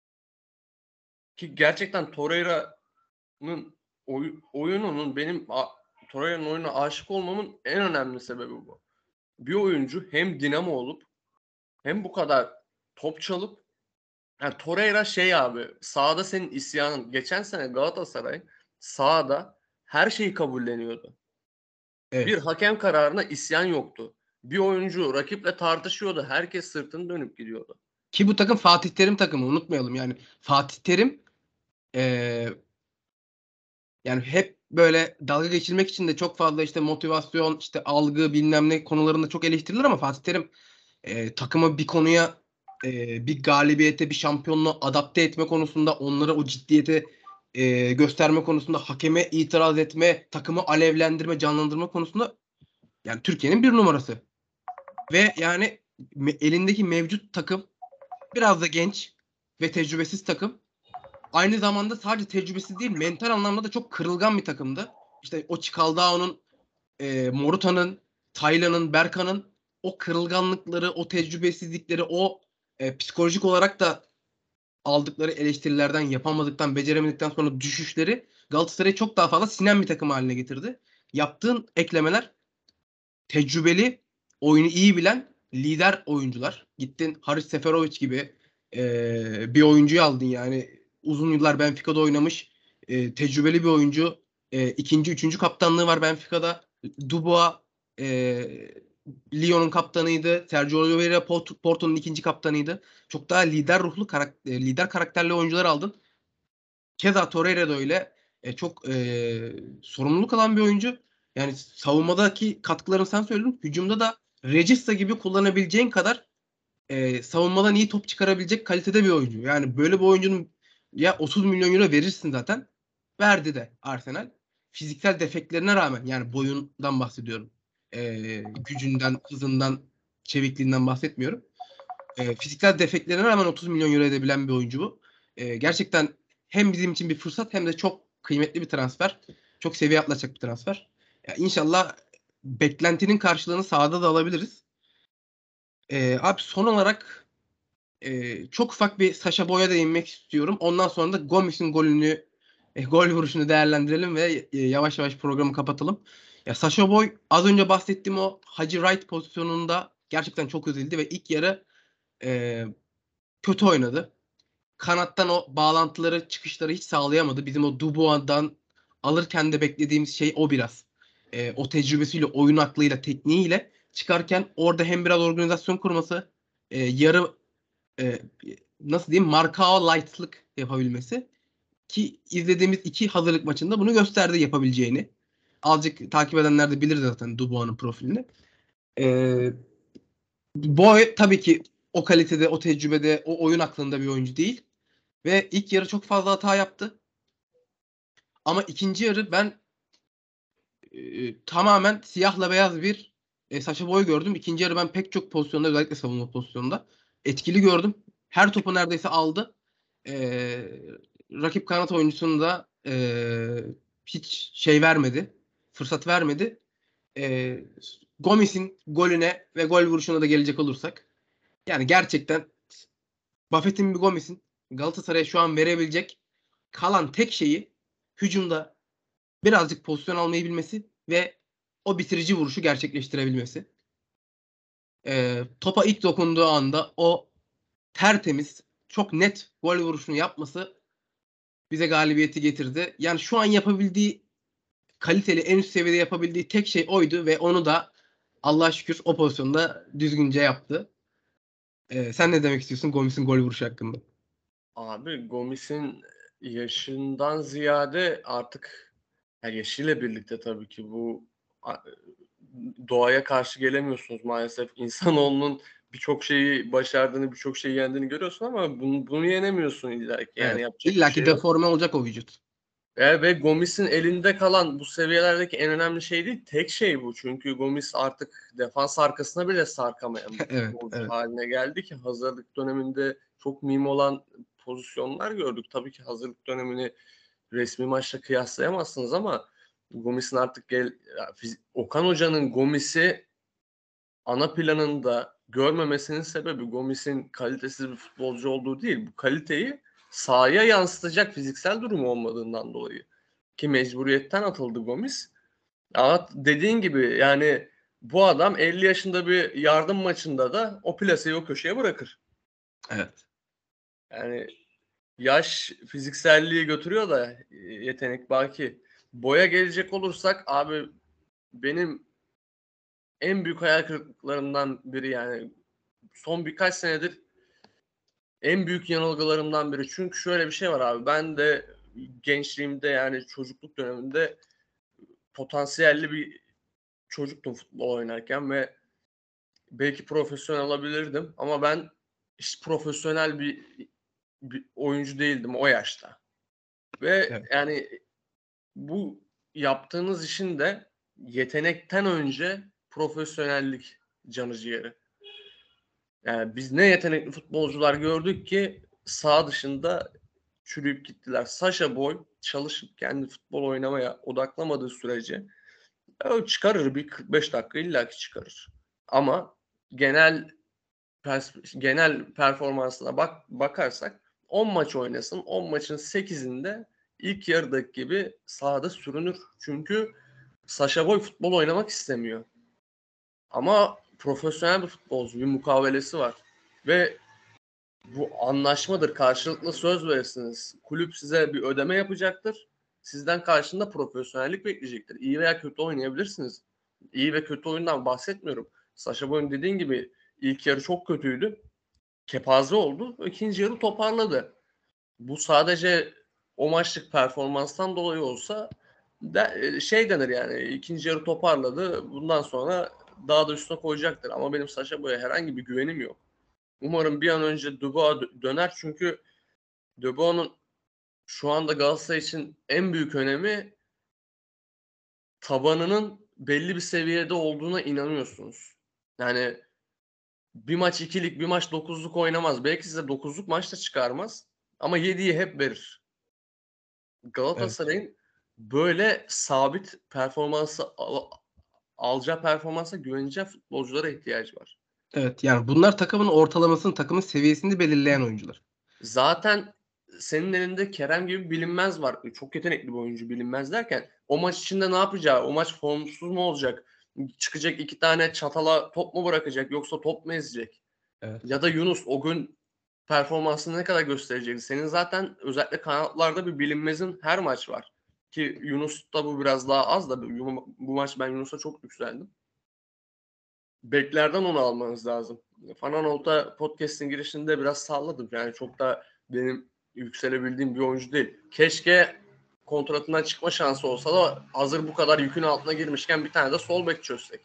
Ki gerçekten Torreira'nın oy, oyununun benim Torreira'nın oyununa aşık olmamın en önemli sebebi bu. Bir oyuncu hem dinamo olup hem bu kadar top çalıp yani Torreira şey abi sahada senin isyanın. Geçen sene Galatasaray sahada her şeyi kabulleniyordu. Bir Evet. hakem kararına isyan yoktu. Bir oyuncu rakiple tartışıyordu. Herkes sırtını dönüp gidiyordu. Ki bu takım Fatih Terim takımı unutmayalım. Yani Fatih Terim eee, yani hep böyle dalga geçirmek için de çok fazla işte motivasyon, işte algı bilmem ne konularında çok eleştirilir ama Fatih Terim eee takımı bir konuya eee, bir galibiyete, bir şampiyonluğa adapte etme konusunda onlara o ciddiyete eee, gösterme konusunda hakeme itiraz etme, takımı alevlendirme, canlandırma konusunda yani Türkiye'nin bir numarası. Ve yani me- elindeki mevcut takım biraz da genç ve tecrübesiz takım. Aynı zamanda sadece tecrübesiz değil, mental anlamda da çok kırılgan bir takımdı. İşte o Çikaldağo'nun, e, Morutan'ın, Taylan'ın, Berkan'ın o kırılganlıkları, o tecrübesizlikleri, o e, psikolojik olarak da aldıkları eleştirilerden, yapamadıktan, beceremedikten sonra düşüşleri Galatasaray'ı çok daha fazla sinen bir takım haline getirdi. Yaptığın eklemeler tecrübeli, oyunu iyi bilen lider oyuncular. Gittin Haris Seferovic gibi e, bir oyuncuyu aldın yani. Uzun yıllar Benfica'da oynamış. E, tecrübeli bir oyuncu. E, ikinci, üçüncü kaptanlığı var Benfica'da. Dubois e, Lyon'un kaptanıydı. Sergio Oliveira Port- Porto'nun ikinci kaptanıydı. Çok daha lider ruhlu, karak- e, lider karakterli oyuncular aldın. Keza Torreira da öyle. E, çok e, sorumluluk alan bir oyuncu. Yani savunmadaki katkılarını sen söyledin. Hücumda da Regista gibi kullanabileceğin kadar e, savunmadan iyi top çıkarabilecek kalitede bir oyuncu. Yani böyle bir oyuncunun ya otuz milyon euro verirsin zaten. Verdi de Arsenal. Fiziksel defektlerine rağmen yani boyundan bahsediyorum. E, gücünden, hızından, çevikliğinden bahsetmiyorum. E, fiziksel defektlerine rağmen otuz milyon euro edebilen bir oyuncu bu. E, gerçekten hem bizim için bir fırsat hem de çok kıymetli bir transfer. Çok seviye atlatacak bir transfer. Ya inşallah beklentinin karşılığını sahada da alabiliriz. Ee, abi son olarak e, çok ufak bir Sacha Boey'a değinmek istiyorum. Ondan sonra da Gomis'in golünü, e, gol vuruşunu değerlendirelim ve e, yavaş yavaş programı kapatalım. Ya Sacha Boey az önce bahsettiğim o Hacı Wright pozisyonunda gerçekten çok üzüldü ve ilk yarı e, kötü oynadı. Kanattan o bağlantıları, çıkışları hiç sağlayamadı. Bizim o Dubois'dan alırken de beklediğimiz şey o biraz. E, o tecrübesiyle, oyun aklıyla, tekniğiyle çıkarken orada hem biraz organizasyon kurması, e, yarı e, nasıl diyeyim, Markao light'lık yapabilmesi ki izlediğimiz iki hazırlık maçında bunu gösterdi yapabileceğini. Azıcık takip edenler de bilir zaten Dubois'un profilini. E, Boy tabii ki o kalitede, o tecrübede, o oyun aklında bir oyuncu değil. Ve ilk yarı çok fazla hata yaptı. Ama ikinci yarı ben e, tamamen siyahla beyaz bir e, Sacha Boey gördüm. İkinci yarı ben pek çok pozisyonda, özellikle savunma pozisyonunda etkili gördüm. Her topu neredeyse aldı. E, rakip kanat oyuncusunu da e, hiç şey vermedi. Fırsat vermedi. E, Gomis'in golüne ve gol vuruşuna da gelecek olursak. Yani gerçekten Buffett'in bir Gomis'in Galatasaray'a şu an verebilecek kalan tek şeyi hücumda birazcık pozisyon almayı bilmesi ve o bitirici vuruşu gerçekleştirebilmesi. Ee, topa ilk dokunduğu anda o tertemiz, çok net gol vuruşunu yapması bize galibiyeti getirdi. Yani şu an yapabildiği, kaliteli, en üst seviyede yapabildiği tek şey oydu ve onu da Allah'a şükür o pozisyonda düzgünce yaptı. Ee, sen ne demek istiyorsun Gomis'in gol vuruşu hakkında? Abi Gomis'in yaşından ziyade artık, yani yaşıyla birlikte tabii ki bu a- doğaya karşı gelemiyorsunuz maalesef. İnsanoğlunun birçok şeyi başardığını, birçok şeyi yendiğini görüyorsun ama bunu, bunu yenemiyorsun illa ki. Yani Evet. yapacak bir İlla ki şey yok. deforme olacak o vücut. E, ve Gomis'in elinde kalan bu seviyelerdeki en önemli şey değil, tek şey bu. Çünkü Gomis artık defans arkasına bile sarkamayan bir Evet, futbolcu evet. haline geldi ki hazırlık döneminde çok mim olan pozisyonlar gördük. Tabii ki hazırlık dönemini resmi maçla kıyaslayamazsınız ama Gomis'in artık gel, Okan Hoca'nın Gomis'i ana planında görmemesinin sebebi Gomis'in kalitesiz bir futbolcu olduğu değil. Bu kaliteyi sahaya yansıtacak fiziksel durumu olmadığından dolayı. Ki mecburiyetten atıldı Gomis. Ama dediğin gibi yani bu adam elli yaşında bir yardım maçında da o plaseyi o köşeye bırakır. Evet. Yani yaş fizikselliği götürüyor da yetenek baki. Boya gelecek olursak abi benim en büyük hayal kırıklıklarımdan biri, yani son birkaç senedir en büyük yanılgılarımdan biri. Çünkü şöyle bir şey var abi. Ben de gençliğimde, yani çocukluk döneminde potansiyelli bir çocuktum futbol oynarken ve belki profesyonel olabilirdim ama ben hiç profesyonel bir, bir oyuncu değildim o yaşta. Ve Evet. yani bu yaptığınız işin de yetenekten önce profesyonellik canı ciğeri. Yani biz ne yetenekli futbolcular gördük ki sağ dışında çürüyüp gittiler. Sacha Boey çalışıp kendi futbol oynamaya odaklamadığı sürece ya çıkarır, bir kırk beş dakika illaki çıkarır. Ama genel pers- genel performansına bak bakarsak on maç oynasın, on maçın sekizinde ilk yarıdaki gibi sahada sürünür. Çünkü Sacha Boey futbol oynamak istemiyor. Ama profesyonel bir futbolcu, bir mukavelesi var. Ve bu anlaşmadır. Karşılıklı söz verirsiniz. Kulüp size bir ödeme yapacaktır. Sizden karşında profesyonellik bekleyecektir. İyi veya kötü oynayabilirsiniz. İyi ve kötü oyundan bahsetmiyorum. Sacha Boey'un dediğin gibi ilk yarı çok kötüydü. Kepaze oldu. İkinci yarı toparladı. Bu sadece o maçlık performanstan dolayı olsa de, şey denir yani, ikinci yarı toparladı. Bundan sonra daha da üstüne koyacaktır. Ama benim Sacha Boey'e herhangi bir güvenim yok. Umarım bir an önce Dubois döner çünkü Dubois'un şu anda Galatasaray için en büyük önemi tabanının belli bir seviyede olduğuna inanıyorsunuz. Yani bir maç ikilik, bir maç dokuzluk oynamaz. Belki size dokuzluk maçta çıkarmaz ama yediği hep verir. Evet. Galatasaray'ın böyle sabit performansı al- alacağı performansa güveneceği futbolculara ihtiyacı var. Evet, yani bunlar takımın ortalamasını, takımın seviyesini belirleyen oyuncular. Zaten senin elinde Kerem gibi bilinmez var. Çok yetenekli bir oyuncu, bilinmez derken o maç içinde ne yapacağı, o maç formsuz mu olacak, çıkacak iki tane çatala top mu bırakacak yoksa top mu ezecek? Evet. Ya da Yunus o gün performansını ne kadar gösterecek? Senin zaten özellikle kanatlarda bir bilinmezin her maç var. Ki Yunus'ta bu biraz daha az da bu, bu maç ben Yunus'a çok yükseldim. Beklerden onu almanız lazım. Fananolt'a podcast'in girişinde biraz salladım. Yani çok da benim yükselebildiğim bir oyuncu değil. Keşke kontratından çıkma şansı olsa da hazır bu kadar yükün altına girmişken bir tane de sol bek çözsek.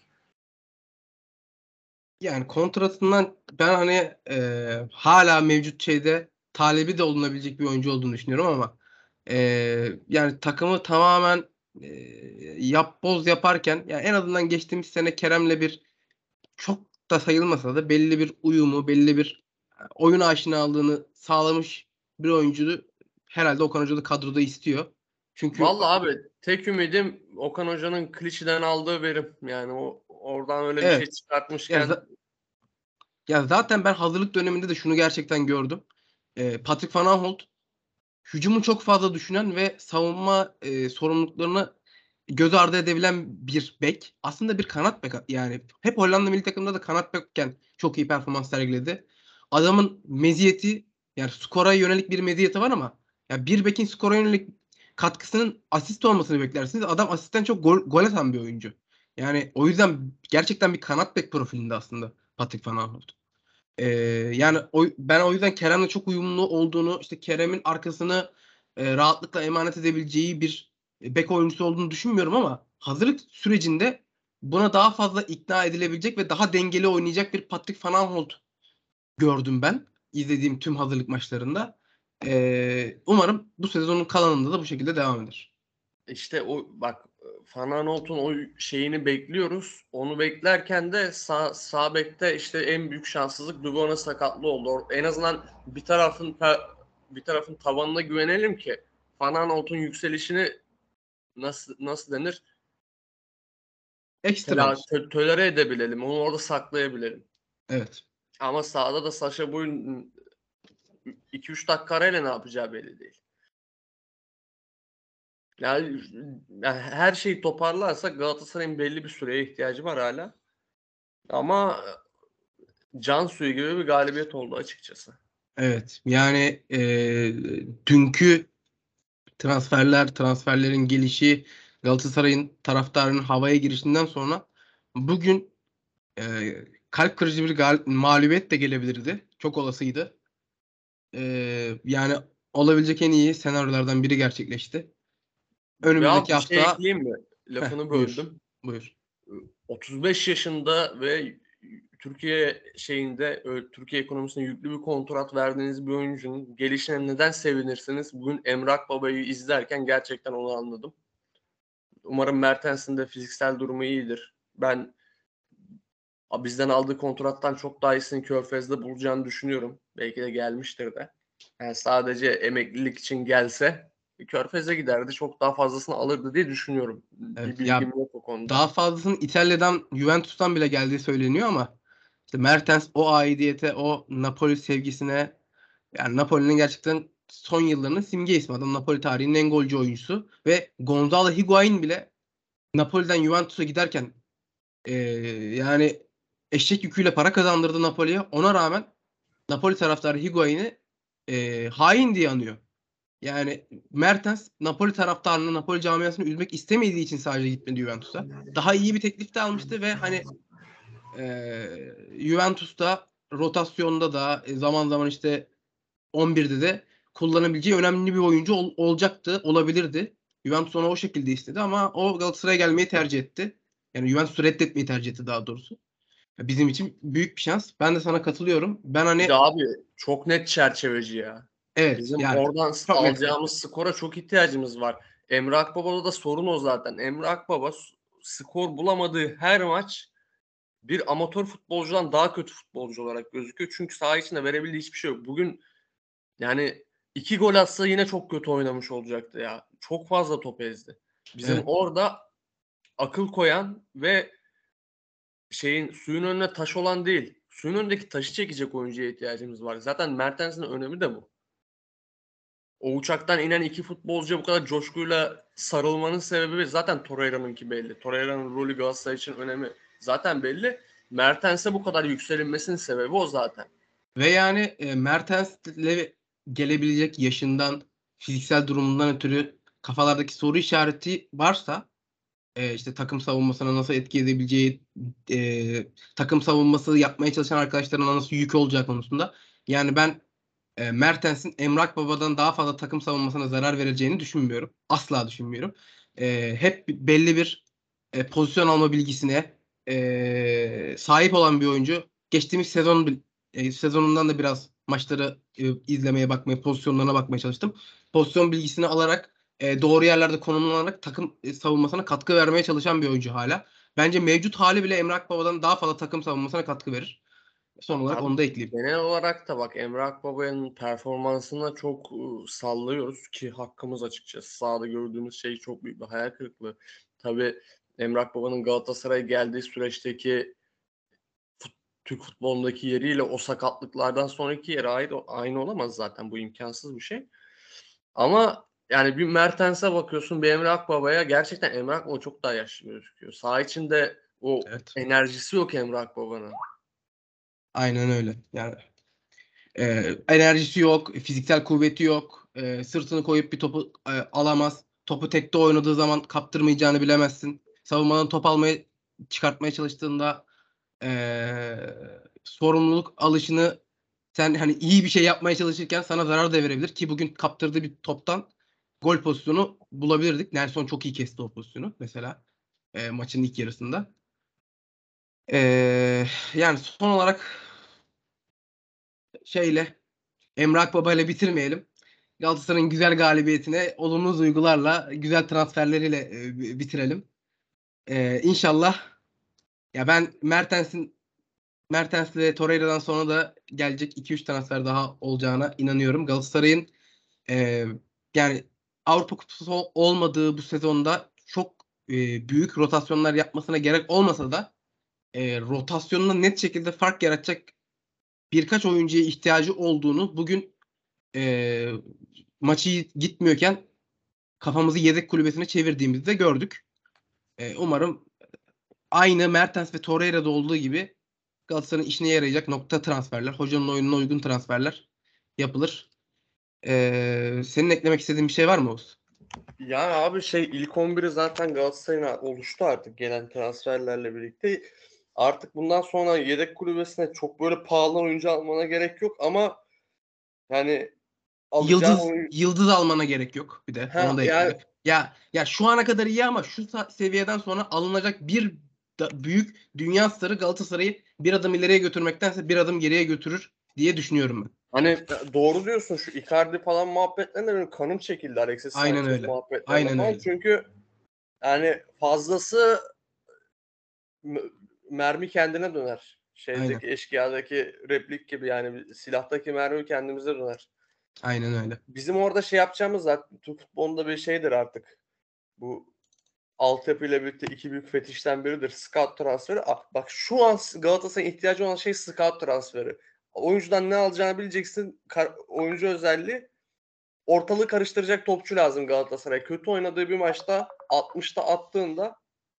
Yani kontratından ben hani e, hala mevcut şeyde talebi de olunabilecek bir oyuncu olduğunu düşünüyorum ama e, yani takımı tamamen e, yap boz yaparken yani en azından geçtiğimiz sene Kerem'le bir çok da sayılmasa da belli bir uyumu, belli bir oyun aşinalığını sağlamış bir oyuncuyu herhalde Okan Hoca da kadroda istiyor. Çünkü Vallahi abi tek ümidim Okan Hoca'nın klişeden aldığı verim. Yani o oradan öyle bir şey evet ya, çıkartmışken za- ya zaten ben hazırlık döneminde de şunu gerçekten gördüm. E, Patrick Van Aanholt hücumu çok fazla düşünen ve savunma e, sorumluluklarını göz ardı edebilen bir bek. Aslında bir kanat bek yani hep Hollanda milli takımında da kanat bekken çok iyi performans sergiledi. Adamın meziyeti yani skora yönelik bir meziyeti var ama ya bir bekin skora yönelik katkısının asist olmasını beklersiniz. Adam asistten çok gol, gol atan bir oyuncu. Yani o yüzden gerçekten bir kanat bek profilinde aslında Patrick Van Aanholt. Ee, yani o, ben o yüzden Kerem'le çok uyumlu olduğunu, işte Kerem'in arkasını e, rahatlıkla emanet edebileceği bir bek oyuncusu olduğunu düşünmüyorum ama hazırlık sürecinde buna daha fazla ikna edilebilecek ve daha dengeli oynayacak bir Patrick Van Aanholt gördüm ben izlediğim tüm hazırlık maçlarında. Ee, umarım bu sezonun kalanında da bu şekilde devam eder. İşte o bak Fananolt'un o şeyini bekliyoruz. Onu beklerken de sağ, sağ bekte işte en büyük şanssızlık Dubon'a sakatlı oldu. En azından bir tarafın bir tarafın tavanına güvenelim ki Fananolt'un yükselişini nasıl nasıl denir? Ekstra Tela, olsun. tö, tölere edebilelim. Onu orada saklayabilelim. Evet. Ama sağda da Sacha Boey'un iki üç dakika arayla ne yapacağı belli değil. Yani, yani her şeyi toparlarsak Galatasaray'ın belli bir süreye ihtiyacı var hala. Ama can suyu gibi bir galibiyet oldu açıkçası. Evet. Yani e, dünkü transferler, transferlerin gelişi, Galatasaray'ın taraftarının havaya girişinden sonra bugün e, kalp kırıcı bir gal- mağlubiyet de gelebilirdi. Çok olasıydı. E, yani olabilecek en iyi senaryolardan biri gerçekleşti. Ya Önümüzdeki bir şey hafta ekleyeyim mi? heh, Lafını buyur. böldüm. Buyur. otuz beş yaşında ve Türkiye şeyinde Türkiye ekonomisine yüklü bir kontrat verdiğiniz bir oyuncunun gelişine neden sevinirsiniz? Bugün Emrah Baba'yı izlerken gerçekten onu anladım. Umarım Mertens'in de fiziksel durumu iyidir. Ben bizden aldığı kontrattan çok daha iyisini Körfez'de bulacağını düşünüyorum. Belki de gelmiştir de. Yani sadece emeklilik için gelse Körfez'e giderdi. Çok daha fazlasını alırdı diye düşünüyorum. Bir Evet. Ya bilgim yok o konuda. daha fazlasının İtalya'dan, Juventus'tan bile geldiği söyleniyor ama işte Mertens o aidiyete, o Napoli sevgisine yani Napoli'nin gerçekten son yıllarının simge ismi. Adam Napoli tarihinin en golcü oyuncusu ve Gonzalo Higuain bile Napoli'den Juventus'a giderken e, yani eşek yüküyle para kazandırdı Napoli'ye. Ona rağmen Napoli taraftarı Higuain'i e, hain diye anıyor. Yani Mertens Napoli taraftarını, Napoli camiasını üzmek istemediği için sadece gitmedi Juventus'a. Daha iyi bir teklif de almıştı ve hani e, Juventus'ta rotasyonda da e, zaman zaman işte on birde de kullanabileceği önemli bir oyuncu ol, olacaktı, olabilirdi. Juventus onu o şekilde istedi ama o Galatasaray'a gelmeyi tercih etti. Yani Juventus'u reddetmeyi tercih etti daha doğrusu. Bizim için büyük bir şans. Ben de sana katılıyorum. Ben Bir de hani abi çok net çerçeveci ya. evet Bizim yani oradan çok net. alacağımız skora çok ihtiyacımız var. Emre Akbaba'da da sorun o zaten. Emre Akbaba skor bulamadığı her maç bir amatör futbolcudan daha kötü futbolcu olarak gözüküyor. Çünkü saha içinde verebildiği hiçbir şey yok. Bugün yani iki gol atsa yine çok kötü oynamış olacaktı ya. Çok fazla top ezdi. Bizim Evet. orada akıl koyan ve şeyin suyun önüne taş olan değil. Suyun önündeki taşı çekecek oyuncuya ihtiyacımız var. Zaten Mertens'in önemi de bu. O uçaktan inen iki futbolcuya bu kadar coşkuyla sarılmanın sebebi zaten Torreira'nınki belli. Torreira'nın rolü Galatasaray için önemi zaten belli. Mertens'e bu kadar yükselinmesinin sebebi o zaten. Ve yani e, Mertens'le gelebilecek yaşından, fiziksel durumundan ötürü kafalardaki soru işareti varsa e, işte takım savunmasına nasıl etki edebileceği, e, takım savunması yapmaya çalışan arkadaşlarına nasıl yük olacağı konusunda. Yani ben e, Mertens'in Emrah Baba'dan daha fazla takım savunmasına zarar vereceğini düşünmüyorum. Asla düşünmüyorum. E, hep belli bir e, pozisyon alma bilgisine e, sahip olan bir oyuncu. Geçtiğimiz sezon e, sezonundan da biraz maçları e, izlemeye bakmaya, pozisyonlarına bakmaya çalıştım. Pozisyon bilgisini alarak e, doğru yerlerde konumlanarak takım e, savunmasına katkı vermeye çalışan bir oyuncu hala. Bence mevcut hali bile Emrah Baba'dan daha fazla takım savunmasına katkı verir. Son olarak Abi, onu da ekleyeyim. genel olarak da bak Emre Akbaba'nın performansına çok ıı, sallıyoruz ki hakkımız açıkçası. Sahada gördüğümüz şey çok büyük bir hayal kırıklığı. Tabii Emre Akbaba'nın Galatasaray'a geldiği süreçteki fut- Türk futbolundaki yeriyle o sakatlıklardan sonraki yeri aynı, aynı olamaz zaten. Bu imkansız bir şey. Ama yani bir Mertens'e bakıyorsun, bir Emre Akbaba'ya, gerçekten Emre Akbaba çok daha yaşlı gözüküyor. Saha içinde o Evet. enerjisi yok Emre Akbaba'nın. Aynen öyle. Yani e, enerjisi yok, fiziksel kuvveti yok. E, sırtını koyup bir topu e, alamaz. Topu tekte oynadığı zaman kaptırmayacağını bilemezsin. Savunmadan top almaya çıkartmaya çalıştığında e, sorumluluk alışını sen hani iyi bir şey yapmaya çalışırken sana zarar da verebilir ki bugün kaptırdığı bir toptan gol pozisyonu bulabilirdik. Nelson çok iyi kesti o pozisyonu mesela e, maçın ilk yarısında. E, yani son olarak şeyle Emre Akbaba ile bitirmeyelim. Galatasaray'ın güzel galibiyetine olumlu duygularla, güzel transferleriyle e, bitirelim. E, İnşallah ya ben Mertens'in Mertens ve Torreira'dan sonra da gelecek iki üç transfer daha olacağına inanıyorum. Galatasaray'ın e, yani Avrupa Kupası olmadığı bu sezonda çok e, büyük rotasyonlar yapmasına gerek olmasa da e, rotasyonuna net şekilde fark yaratacak birkaç oyuncuya ihtiyacı olduğunu bugün e, maçı gitmiyorken kafamızı yedek kulübesine çevirdiğimizde gördük. E, umarım aynı Mertens ve Torreira'da olduğu gibi Galatasaray'ın işine yarayacak nokta transferler, hocanın oyununa uygun transferler yapılır. E, senin eklemek istediğin bir şey var mı Oğuz? Ya abi şey ilk on biri zaten Galatasaray'ın oluştu artık gelen transferlerle birlikte. Artık bundan sonra yedek kulübesine çok böyle pahalı oyuncu almana gerek yok ama yani alacağın Yıldız oyun yıldız almana gerek yok bir de. Onu ha da yani ekleyelim. Ya ya şu ana kadar iyi ama şu sa- seviyeden sonra alınacak bir da- büyük dünya starı Galatasaray'ı bir adım ileriye götürmektense bir adım geriye götürür diye düşünüyorum ben. hani doğru diyorsun, şu Icardi falan muhabbetlerine benim kanım çekildi, Alexis Aynen Sanchez öyle. muhabbetlerine Aynen falan. öyle. Çünkü yani fazlası m- mermi kendine döner. Aynen. Şeydeki eşkıyadaki replik gibi, yani silahtaki mermi kendimize döner. Aynen öyle. Bizim orada şey yapacağımız zaten Türk futbolunda bir şeydir artık. Bu altyapıyla birlikte iki büyük fetişten biridir. Scout transferi. Ah, bak şu an Galatasaray'ın ihtiyacı olan şey scout transferi. Oyuncudan ne alacağını bileceksin. Kar- oyuncu özelliği. Ortalığı karıştıracak topçu lazım Galatasaray. Kötü oynadığı bir maçta altmışta attığında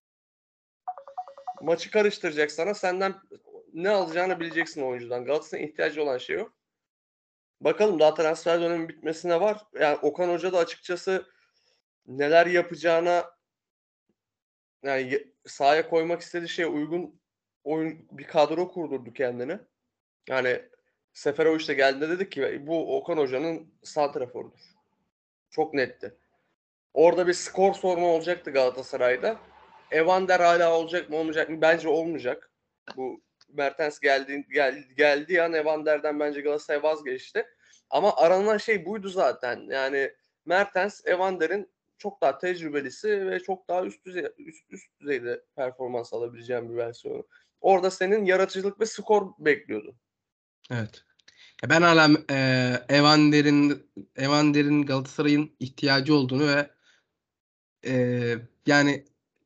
maçı karıştıracak sana. Senden ne alacağını bileceksin oyuncudan. Galatasaray'ın ihtiyacı olan şey o. Bakalım, daha transfer dönemi bitmesine var. Yani Okan Hoca da açıkçası neler yapacağına, yani sahaya koymak istediği şeye uygun oyun bir kadro kurdurdu kendine. Yani Seferovic de geldiğinde dedik ki bu Okan Hoca'nın santraforudur. Çok netti. Orada bir skor sorunu olacaktı Galatasaray'da. Evander hala olacak mı olmayacak mı? Bence olmayacak. Bu Mertens geldi, gel, geldiği an Evander'den bence Galatasaray vazgeçti. Ama aranan şey buydu zaten. Yani Mertens, Evander'in çok daha tecrübelisi ve çok daha üst düzey üst, üst düzeyde performans alabileceğim bir versiyonu. Orada senin yaratıcılık ve skor bekliyordun. Evet. Ya ben hala e, Evander'in Evander'in Galatasaray'ın ihtiyacı olduğunu ve e, yani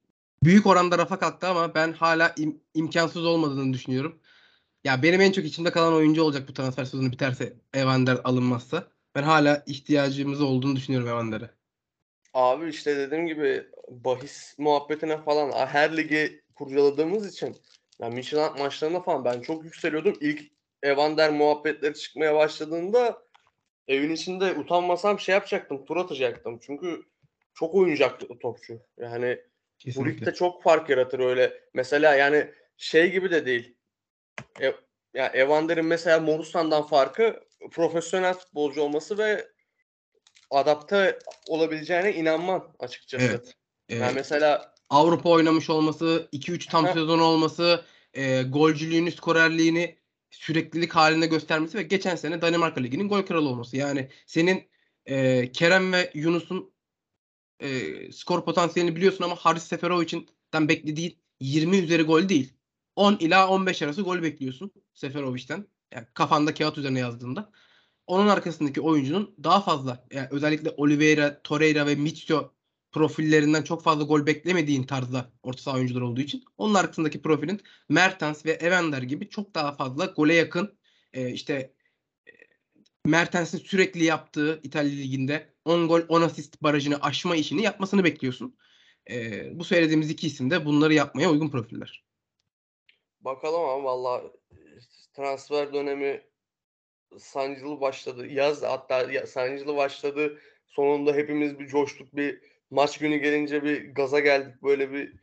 büyük oranda rafa kalktı ama ben hala im- imkansız olmadığını düşünüyorum. Ya benim en çok içimde kalan oyuncu olacak bu transfer sezonu biterse, Evander alınmazsa. Ben hala ihtiyacımız olduğunu düşünüyorum Evander'e. Abi işte dediğim gibi bahis muhabbetine falan her ligi kurcaladığımız için yani Michelin maçlarında falan ben çok yükseliyordum. İlk Evander muhabbetleri çıkmaya başladığında evin içinde utanmasam şey yapacaktım, tur atacaktım. Çünkü çok oyuncak topçu. Yani bu Kesinlikle. ligde çok fark yaratır öyle. Mesela yani şey gibi de değil. E, ya Evander'in mesela Morusan'dan farkı profesyonel futbolcu olması ve adapte olabileceğine inanmam açıkçası. Evet. Yani Ee, mesela Avrupa oynamış olması, iki üç tam heh, sezon olması, e, golcülüğünü, skorerliğini süreklilik halinde göstermesi ve geçen sene Danimarka Ligi'nin gol kralı olması. Yani senin e, Kerem ve Yunus'un e, skor potansiyelini biliyorsun ama Haris Seferovic'den beklediğin yirmi üzeri gol değil. on ila on beş arası gol bekliyorsun Seferovic'den. Yani kafanda kağıt üzerine yazdığında. Onun arkasındaki oyuncunun daha fazla, yani özellikle Oliveira, Torreira ve Mitchell profillerinden çok fazla gol beklemediğin tarzda orta saha oyuncular olduğu için onun arkasındaki profilin Mertens ve Evander gibi çok daha fazla gole yakın, e, işte Mertens'in sürekli yaptığı İtalya Ligi'nde on gol on asist barajını aşma işini yapmasını bekliyorsun. Ee, bu söylediğimiz iki isim de bunları yapmaya uygun profiller. bakalım ama valla transfer dönemi sancılı başladı. Yaz hatta ya- sancılı başladı. Sonunda hepimiz bir coştuk. Bir maç günü gelince bir gaza geldik. Böyle bir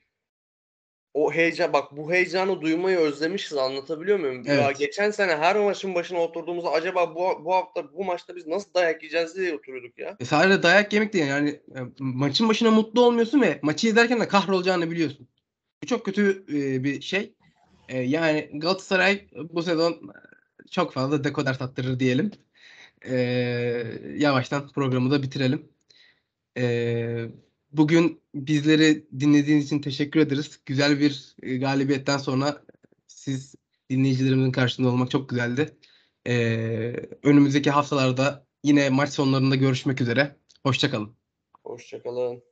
o heyecan bak bu heyecanı duymayı özlemişiz anlatabiliyor muyum? Ya Evet. geçen sene her maçın başına oturduğumuzda acaba bu, bu hafta bu maçta biz nasıl dayak yiyeceğiz diye oturuyorduk ya. E sadece dayak yemek değil yani e, maçın başına mutlu olmuyorsun ve maçı izlerken de kahrolacağını biliyorsun. Bu çok kötü e, bir şey. E, yani Galatasaray bu sezon çok fazla dekoder tattırır diyelim. E, Yavaştan programı da bitirelim. Ee, Bugün bizleri dinlediğiniz için teşekkür ederiz. Güzel bir e, galibiyetten sonra siz dinleyicilerimizin karşısında olmak çok güzeldi. Ee, önümüzdeki haftalarda yine maç sonlarında görüşmek üzere. Hoşça kalın. Hoşça kalın.